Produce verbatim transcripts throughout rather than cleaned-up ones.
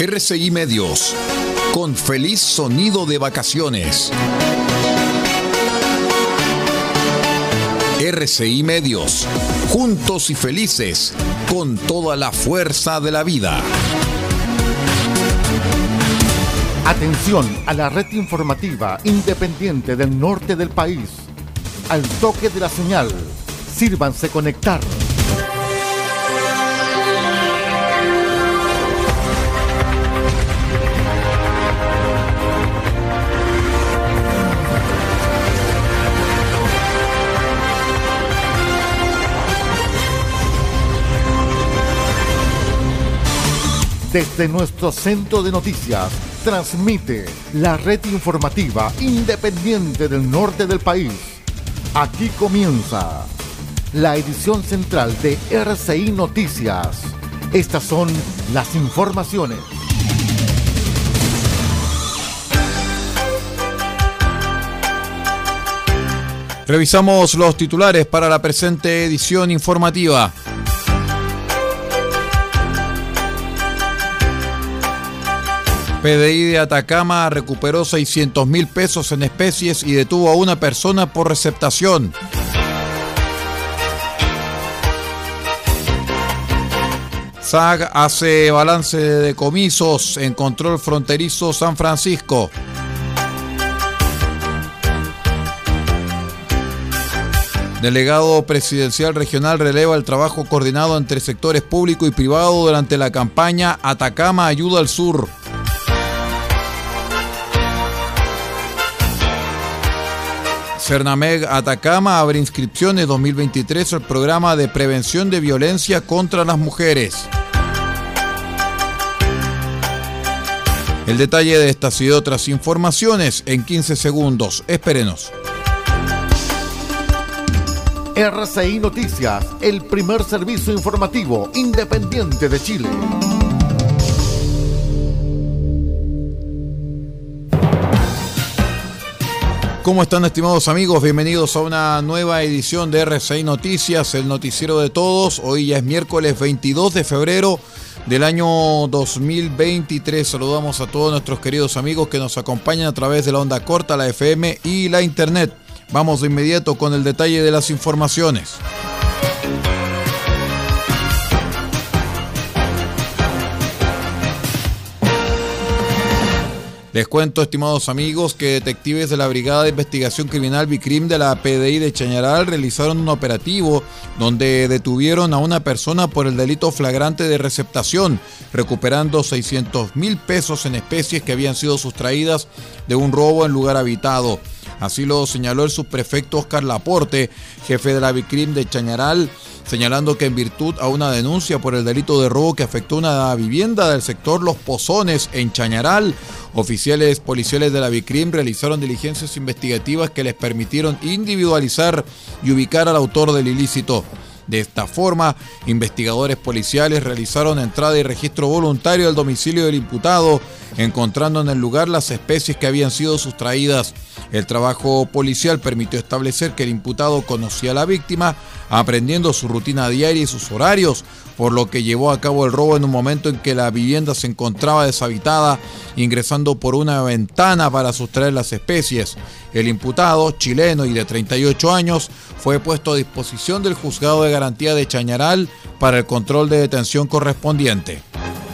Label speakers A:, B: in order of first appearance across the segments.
A: R C I Medios, con feliz sonido de vacaciones. R C I Medios, juntos y felices, con toda la fuerza de la vida.
B: Atención a la red informativa independiente del norte del país. Al toque de la señal, sírvanse conectar. Desde nuestro centro de noticias, transmite la red informativa independiente del norte del país. Aquí comienza la edición central de R C I Noticias. Estas son las informaciones.
C: Revisamos los titulares para la presente edición informativa. P D I de Atacama recuperó seiscientos mil pesos en especies y detuvo a una persona por receptación. S A G hace balance de decomisos en control fronterizo San Francisco. Delegado presidencial regional releva el trabajo coordinado entre sectores público y privado durante la campaña Atacama Ayuda al Sur. Cernameg Atacama abre inscripciones dos mil veintitrés al programa de prevención de violencia contra las mujeres. El detalle de estas y otras informaciones en quince segundos. Espérenos.
B: R C I Noticias, el primer servicio informativo independiente de Chile.
C: ¿Cómo están, estimados amigos? Bienvenidos a una nueva edición de R C I Noticias, el noticiero de todos. Hoy ya es miércoles veintidós de febrero del año dos mil veintitrés. Saludamos a todos nuestros queridos amigos que nos acompañan a través de la onda corta, la F M y la Internet. Vamos de inmediato con el detalle de las informaciones. Les cuento, estimados amigos, que detectives de la Brigada de Investigación Criminal BICRIM de la P D I de Chañaral realizaron un operativo donde detuvieron a una persona por el delito flagrante de receptación, recuperando seiscientos mil pesos en especies que habían sido sustraídas de un robo en lugar habitado. Así lo señaló el subprefecto Oscar Laporte, jefe de la BICRIM de Chañaral, señalando que en virtud a una denuncia por el delito de robo que afectó una vivienda del sector Los Pozones en Chañaral, oficiales policiales de la BICRIM realizaron diligencias investigativas que les permitieron individualizar y ubicar al autor del ilícito. De esta forma, investigadores policiales realizaron entrada y registro voluntario al domicilio del imputado, encontrando en el lugar las especies que habían sido sustraídas. El trabajo policial permitió establecer que el imputado conocía a la víctima, aprendiendo su rutina diaria y sus horarios, por lo que llevó a cabo el robo en un momento en que la vivienda se encontraba deshabitada, ingresando por una ventana para sustraer las especies. El imputado, chileno y de treinta y ocho años, fue puesto a disposición del Juzgado de Garantía de Chañaral para el control de detención correspondiente.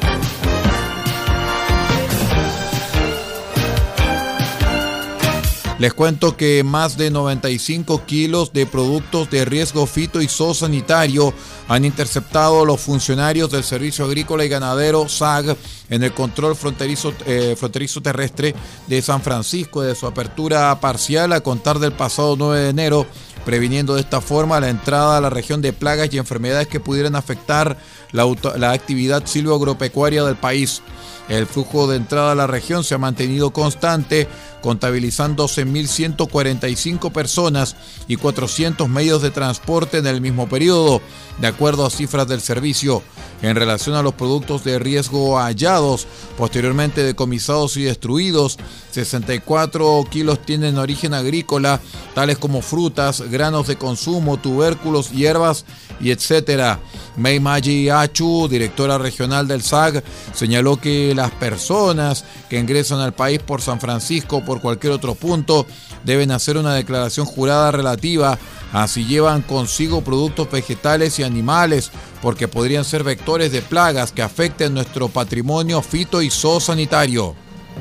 C: Les cuento que más de noventa y cinco kilos de productos de riesgo fito y zoosanitario han interceptado los funcionarios del Servicio Agrícola y Ganadero S A G en el control fronterizo, eh, fronterizo terrestre de San Francisco de su apertura parcial a contar del pasado nueve de enero, previniendo de esta forma la entrada a la región de plagas y enfermedades que pudieran afectar la, auto, la actividad silvoagropecuaria del país. El flujo de entrada a la región se ha mantenido constante, contabilizando doce mil ciento cuarenta y cinco personas y cuatrocientos medios de transporte en el mismo periodo, de acuerdo a cifras del servicio. En relación a los productos de riesgo hallados, posteriormente decomisados y destruidos, sesenta y cuatro kilos tienen origen agrícola, tales como frutas, granos de consumo, tubérculos, hierbas y etcétera. Mei Maji Achu, directora regional del S A G, señaló que las personas que ingresan al país por San Francisco o por cualquier otro punto deben hacer una declaración jurada relativa a si llevan consigo productos vegetales y animales, porque podrían ser vectores de plagas que afecten nuestro patrimonio fito y zoosanitario.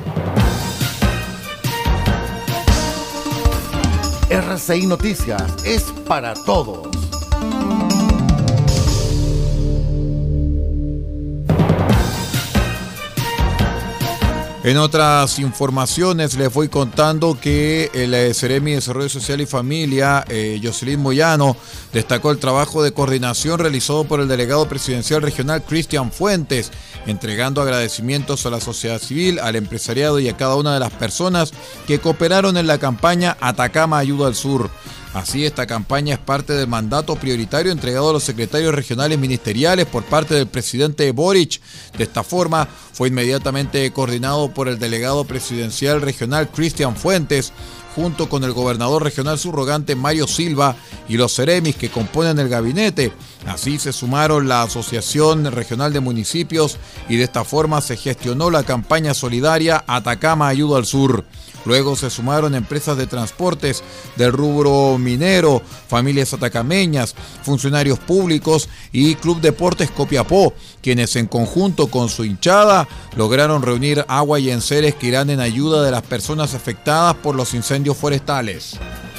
B: R C I Noticias es para todos.
C: En otras informaciones les voy contando que el eh, Seremi de Desarrollo Social y Familia, eh, Jocelyn Moyano, destacó el trabajo de coordinación realizado por el delegado presidencial regional Cristian Fuentes, entregando agradecimientos a la sociedad civil, al empresariado y a cada una de las personas que cooperaron en la campaña Atacama Ayuda al Sur. Así, esta campaña es parte del mandato prioritario entregado a los secretarios regionales ministeriales por parte del presidente Boric. De esta forma, fue inmediatamente coordinado por el delegado presidencial regional Cristian Fuentes, junto con el gobernador regional subrogante Mario Silva y los seremis que componen el gabinete. Así se sumaron la Asociación Regional de Municipios y de esta forma se gestionó la campaña solidaria Atacama Ayuda al Sur. Luego se sumaron empresas de transportes del rubro minero, familias atacameñas, funcionarios públicos y Club Deportes Copiapó, quienes en conjunto con su hinchada lograron reunir agua y enseres que irán en ayuda de las personas afectadas por los incendios forestales.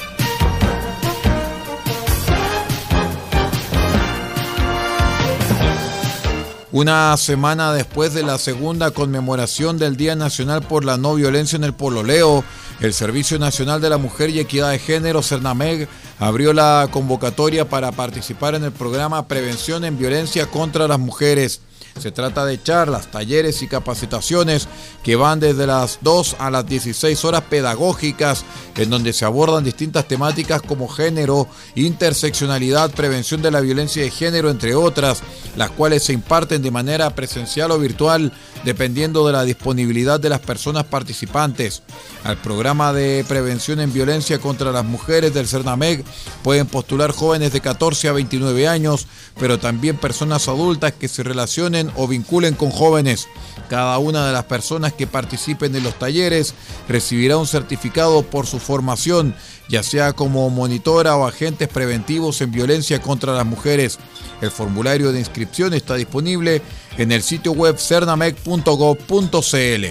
C: Una semana después de la segunda conmemoración del Día Nacional por la No Violencia en el Pololeo, el Servicio Nacional de la Mujer y Equidad de Género, CERNAMEG, abrió la convocatoria para participar en el programa Prevención en Violencia contra las Mujeres. Se trata de charlas, talleres y capacitaciones que van desde las dos a las dieciséis horas pedagógicas, en donde se abordan distintas temáticas como género, interseccionalidad, prevención de la violencia de género, entre otras, las cuales se imparten de manera presencial o virtual, dependiendo de la disponibilidad de las personas participantes. Al programa de prevención en violencia contra las mujeres del CERNAMEG pueden postular jóvenes de catorce a veintinueve años, pero también personas adultas que se relacionen o vinculen con jóvenes. Cada una de las personas que participen en los talleres recibirá un certificado por su formación, ya sea como monitora o agentes preventivos en violencia contra las mujeres. El formulario de inscripción está disponible en el sitio web cernameg punto gob punto cl.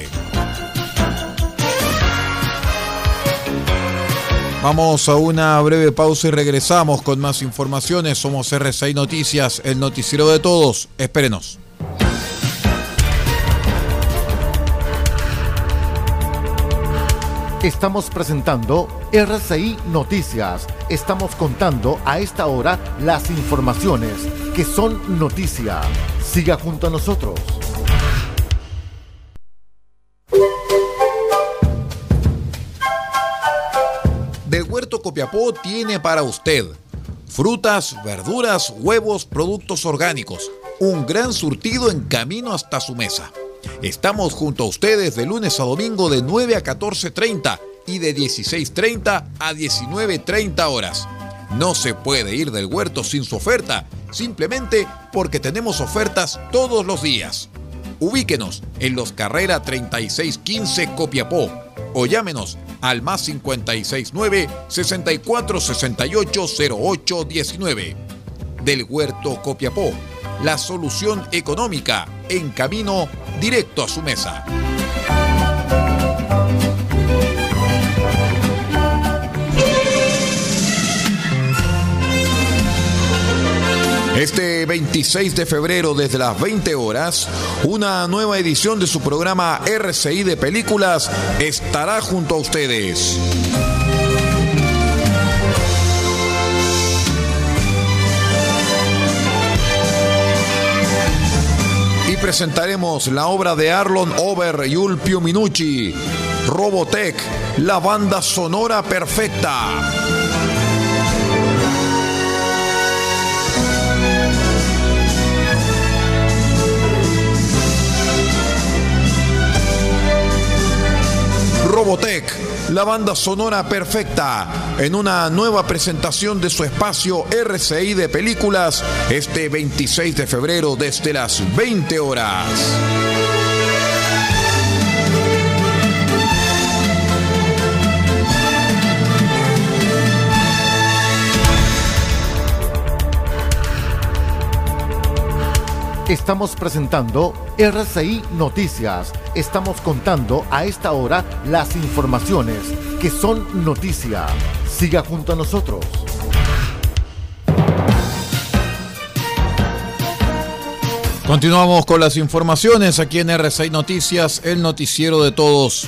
C: Vamos a una breve pausa y regresamos con más informaciones. Somos R C I Noticias, el noticiero de todos. Espérenos.
B: Estamos presentando R C I Noticias. Estamos contando a esta hora las informaciones que son noticia. Siga junto a nosotros.
C: Del Huerto Copiapó tiene para usted frutas, verduras, huevos, productos orgánicos. Un gran surtido en camino hasta su mesa. Estamos junto a ustedes de lunes a domingo de nueve a catorce treinta y de dieciséis treinta a diecinueve treinta horas. No se puede ir del huerto sin su oferta, simplemente porque tenemos ofertas todos los días. Ubíquenos en Los Carrera treinta y seis quince Copiapó o llámenos al más cincuenta y seis nueve, sesenta y cuatro sesenta y ocho cero ocho diecinueve. Del Huerto Copiapó, la solución económica en camino directo a su mesa. Este veintiséis de febrero, desde las veinte horas, una nueva edición de su programa R C I de Películas estará junto a ustedes. Y presentaremos la obra de Arlon Over y Ulpio Minucci,
A: Robotech, la banda sonora perfecta. Robotech, la banda sonora perfecta, en una nueva presentación de su espacio R C I de películas este veintiséis de febrero desde las veinte horas.
B: Estamos presentando R C I Noticias. Estamos contando a esta hora las informaciones que son noticia. Siga junto a nosotros.
C: Continuamos con las informaciones aquí en R C I Noticias, el noticiero de todos.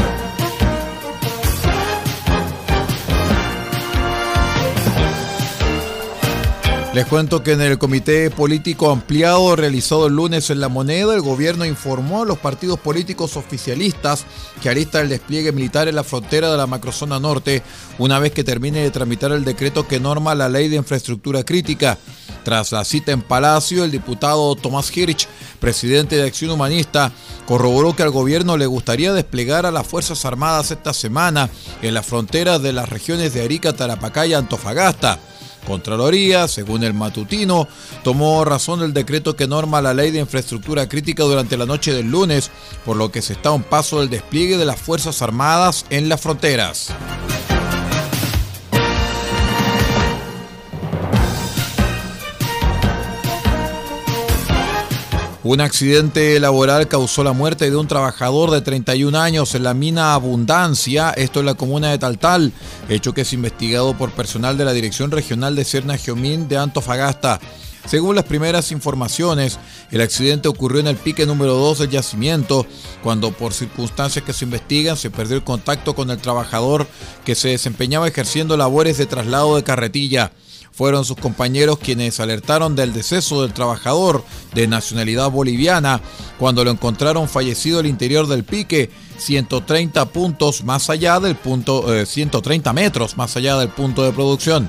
C: Les cuento que en el comité político ampliado realizado el lunes en La Moneda, el gobierno informó a los partidos políticos oficialistas que alistan el despliegue militar en la frontera de la macrozona norte una vez que termine de tramitar el decreto que norma la ley de infraestructura crítica. Tras la cita en Palacio, el diputado Tomás Hirsch, presidente de Acción Humanista, corroboró que al gobierno le gustaría desplegar a las Fuerzas Armadas esta semana en las fronteras de las regiones de Arica, Tarapacá y Antofagasta. Contraloría, según el matutino, tomó razón el decreto que norma la ley de infraestructura crítica durante la noche del lunes, por lo que se está a un paso del despliegue de las Fuerzas Armadas en las fronteras. Un accidente laboral causó la muerte de un trabajador de treinta y un años en la mina Abundancia, esto en la comuna de Taltal, hecho que es investigado por personal de la Dirección Regional de Cerna-Giomín de Antofagasta. Según las primeras informaciones, el accidente ocurrió en el pique número dos del yacimiento, cuando por circunstancias que se investigan se perdió el contacto con el trabajador que se desempeñaba ejerciendo labores de traslado de carretilla. Fueron sus compañeros quienes alertaron del deceso del trabajador de nacionalidad boliviana cuando lo encontraron fallecido al interior del pique, ciento treinta puntos más allá del punto, eh, ciento treinta metros más allá del punto de producción.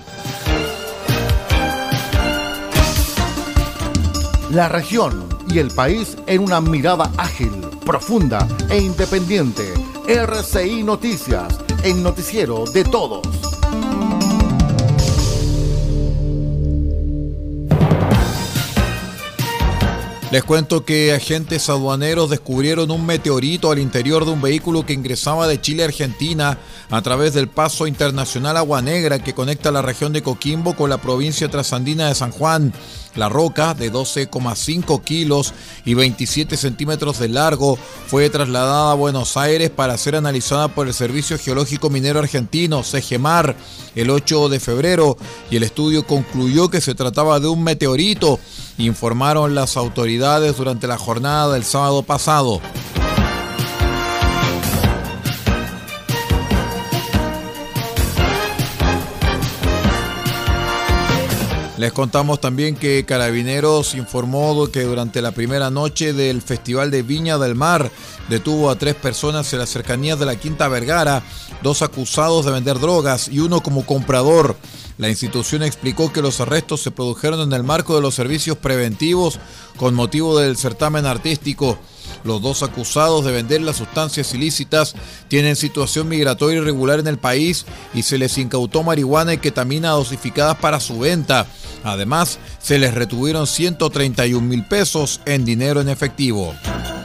B: La región y el país en una mirada ágil, profunda e independiente. R C I Noticias, el noticiero de todos.
C: Les cuento que agentes aduaneros descubrieron un meteorito al interior de un vehículo que ingresaba de Chile a Argentina a través del paso internacional Agua Negra que conecta la región de Coquimbo con la provincia trasandina de San Juan. La roca, de doce coma cinco kilos y veintisiete centímetros de largo, fue trasladada a Buenos Aires para ser analizada por el Servicio Geológico Minero Argentino, SEGEMAR, el ocho de febrero, y el estudio concluyó que se trataba de un meteorito, informaron las autoridades durante la jornada del sábado pasado. Les contamos también que Carabineros informó que durante la primera noche del Festival de Viña del Mar detuvo a tres personas en las cercanías de la Quinta Vergara, dos acusados de vender drogas y uno como comprador. La institución explicó que los arrestos se produjeron en el marco de los servicios preventivos con motivo del certamen artístico. Los dos acusados de vender las sustancias ilícitas tienen situación migratoria irregular en el país y se les incautó marihuana y ketamina dosificadas para su venta. Además, se les retuvieron ciento treinta y un mil pesos en dinero en efectivo.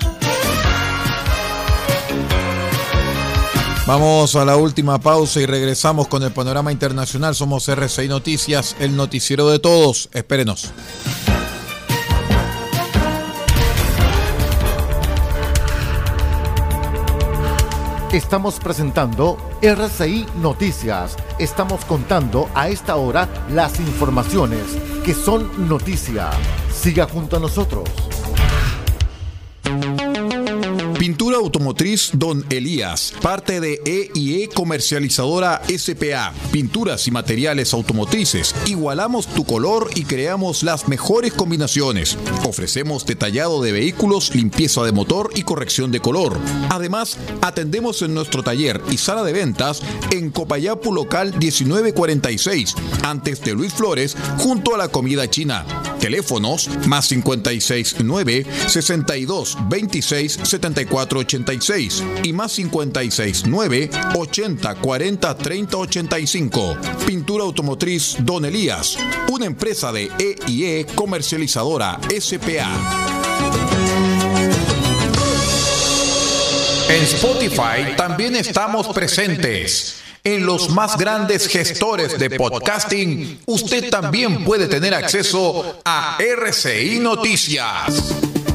C: Vamos a la última pausa y regresamos con el panorama internacional. Somos R C I Noticias, el noticiero de todos. Espérenos.
B: Estamos presentando R C I Noticias. Estamos contando a esta hora las informaciones que son noticia. Siga junto a nosotros.
A: Pintura automotriz Don Elías, parte de E y E Comercializadora S P A. Pinturas y materiales automotrices. Igualamos tu color y creamos las mejores combinaciones. Ofrecemos detallado de vehículos, limpieza de motor y corrección de color. Además, atendemos en nuestro taller y sala de ventas en Copayapu local diecinueve cuarenta y seis, antes de Luis Flores, junto a la comida china. Teléfonos más cincuenta y seis nueve, sesenta y dos, veintiséis, setenta y cuatro ochenta y seis y más cincuenta y seis nueve, ochenta, cuarenta, treinta, ochenta y cinco. Pintura automotriz Don Elías, una empresa de E y E Comercializadora S P A. En Spotify también estamos presentes. En los más grandes gestores de podcasting, usted también puede tener acceso a R C I Noticias.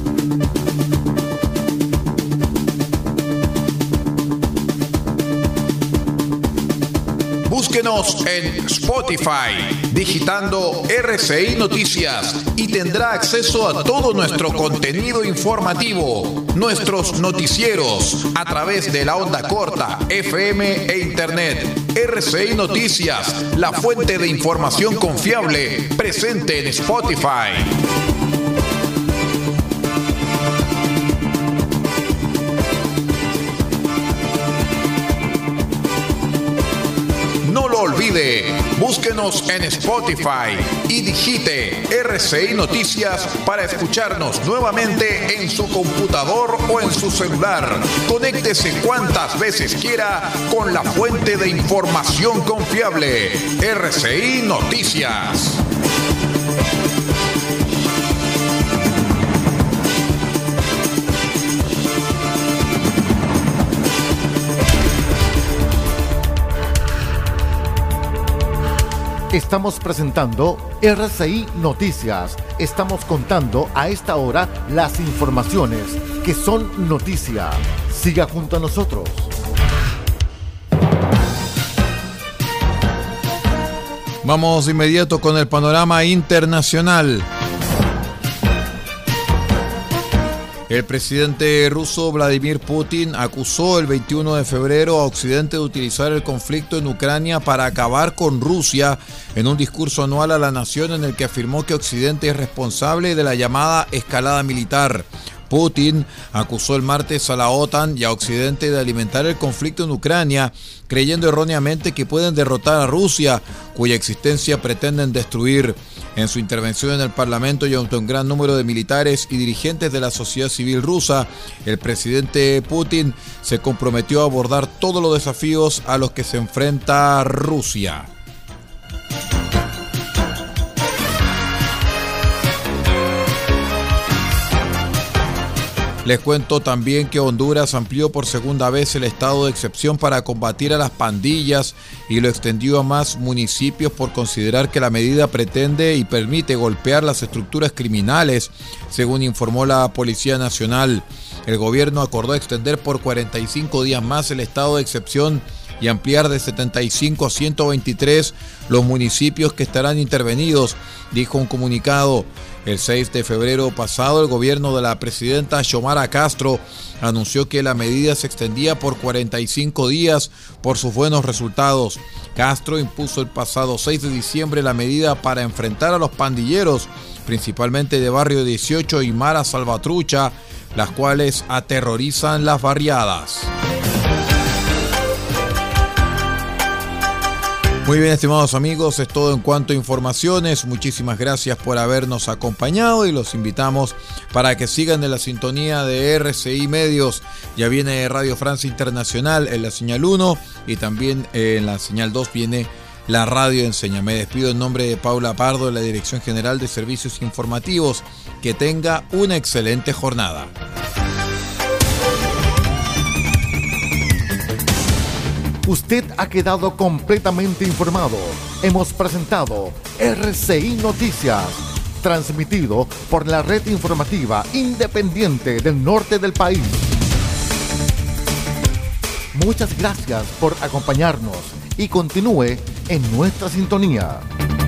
A: Búsquenos en Spotify, digitando R C I Noticias, y tendrá acceso a todo nuestro contenido informativo, nuestros noticieros, a través de la onda corta, F M e Internet. R C I Noticias, la fuente de información confiable, presente en Spotify. No lo olvide, búsquenos en Spotify y digite R C I Noticias para escucharnos nuevamente en su computador o en su celular. Conéctese cuantas veces quiera con la fuente de información confiable, R C I Noticias.
B: Estamos presentando R C I Noticias. Estamos contando a esta hora las informaciones que son noticia. Siga junto a nosotros.
C: Vamos de inmediato con el panorama internacional. El presidente ruso Vladimir Putin acusó el veintiuno de febrero a Occidente de utilizar el conflicto en Ucrania para acabar con Rusia en un discurso anual a la nación en el que afirmó que Occidente es responsable de la llamada escalada militar. Putin acusó el martes a la OTAN y a Occidente de alimentar el conflicto en Ucrania, creyendo erróneamente que pueden derrotar a Rusia, cuya existencia pretenden destruir. En su intervención en el Parlamento y ante un gran número de militares y dirigentes de la sociedad civil rusa, el presidente Putin se comprometió a abordar todos los desafíos a los que se enfrenta Rusia. Les cuento también que Honduras amplió por segunda vez el estado de excepción para combatir a las pandillas y lo extendió a más municipios por considerar que la medida pretende y permite golpear las estructuras criminales, según informó la Policía Nacional. El gobierno acordó extender por cuarenta y cinco días más el estado de excepción y ampliar de setenta y cinco a ciento veintitrés los municipios que estarán intervenidos, dijo un comunicado. El seis de febrero pasado, el gobierno de la presidenta Xiomara Castro anunció que la medida se extendía por cuarenta y cinco días por sus buenos resultados. Castro impuso el pasado seis de diciembre la medida para enfrentar a los pandilleros, principalmente de Barrio dieciocho y Mara Salvatrucha, las cuales aterrorizan las barriadas. Muy bien, estimados amigos, es todo en cuanto a informaciones. Muchísimas gracias por habernos acompañado y los invitamos para que sigan en la sintonía de R C I Medios. Ya viene Radio Francia Internacional en la señal uno y también en la señal dos viene la Radio Enseña. Me despido en nombre de Paula Pardo, de la Dirección General de Servicios Informativos. Que tenga una excelente jornada.
B: Usted ha quedado completamente informado. Hemos presentado R C I Noticias, transmitido por la red informativa independiente del norte del país. Muchas gracias por acompañarnos y continúe en nuestra sintonía.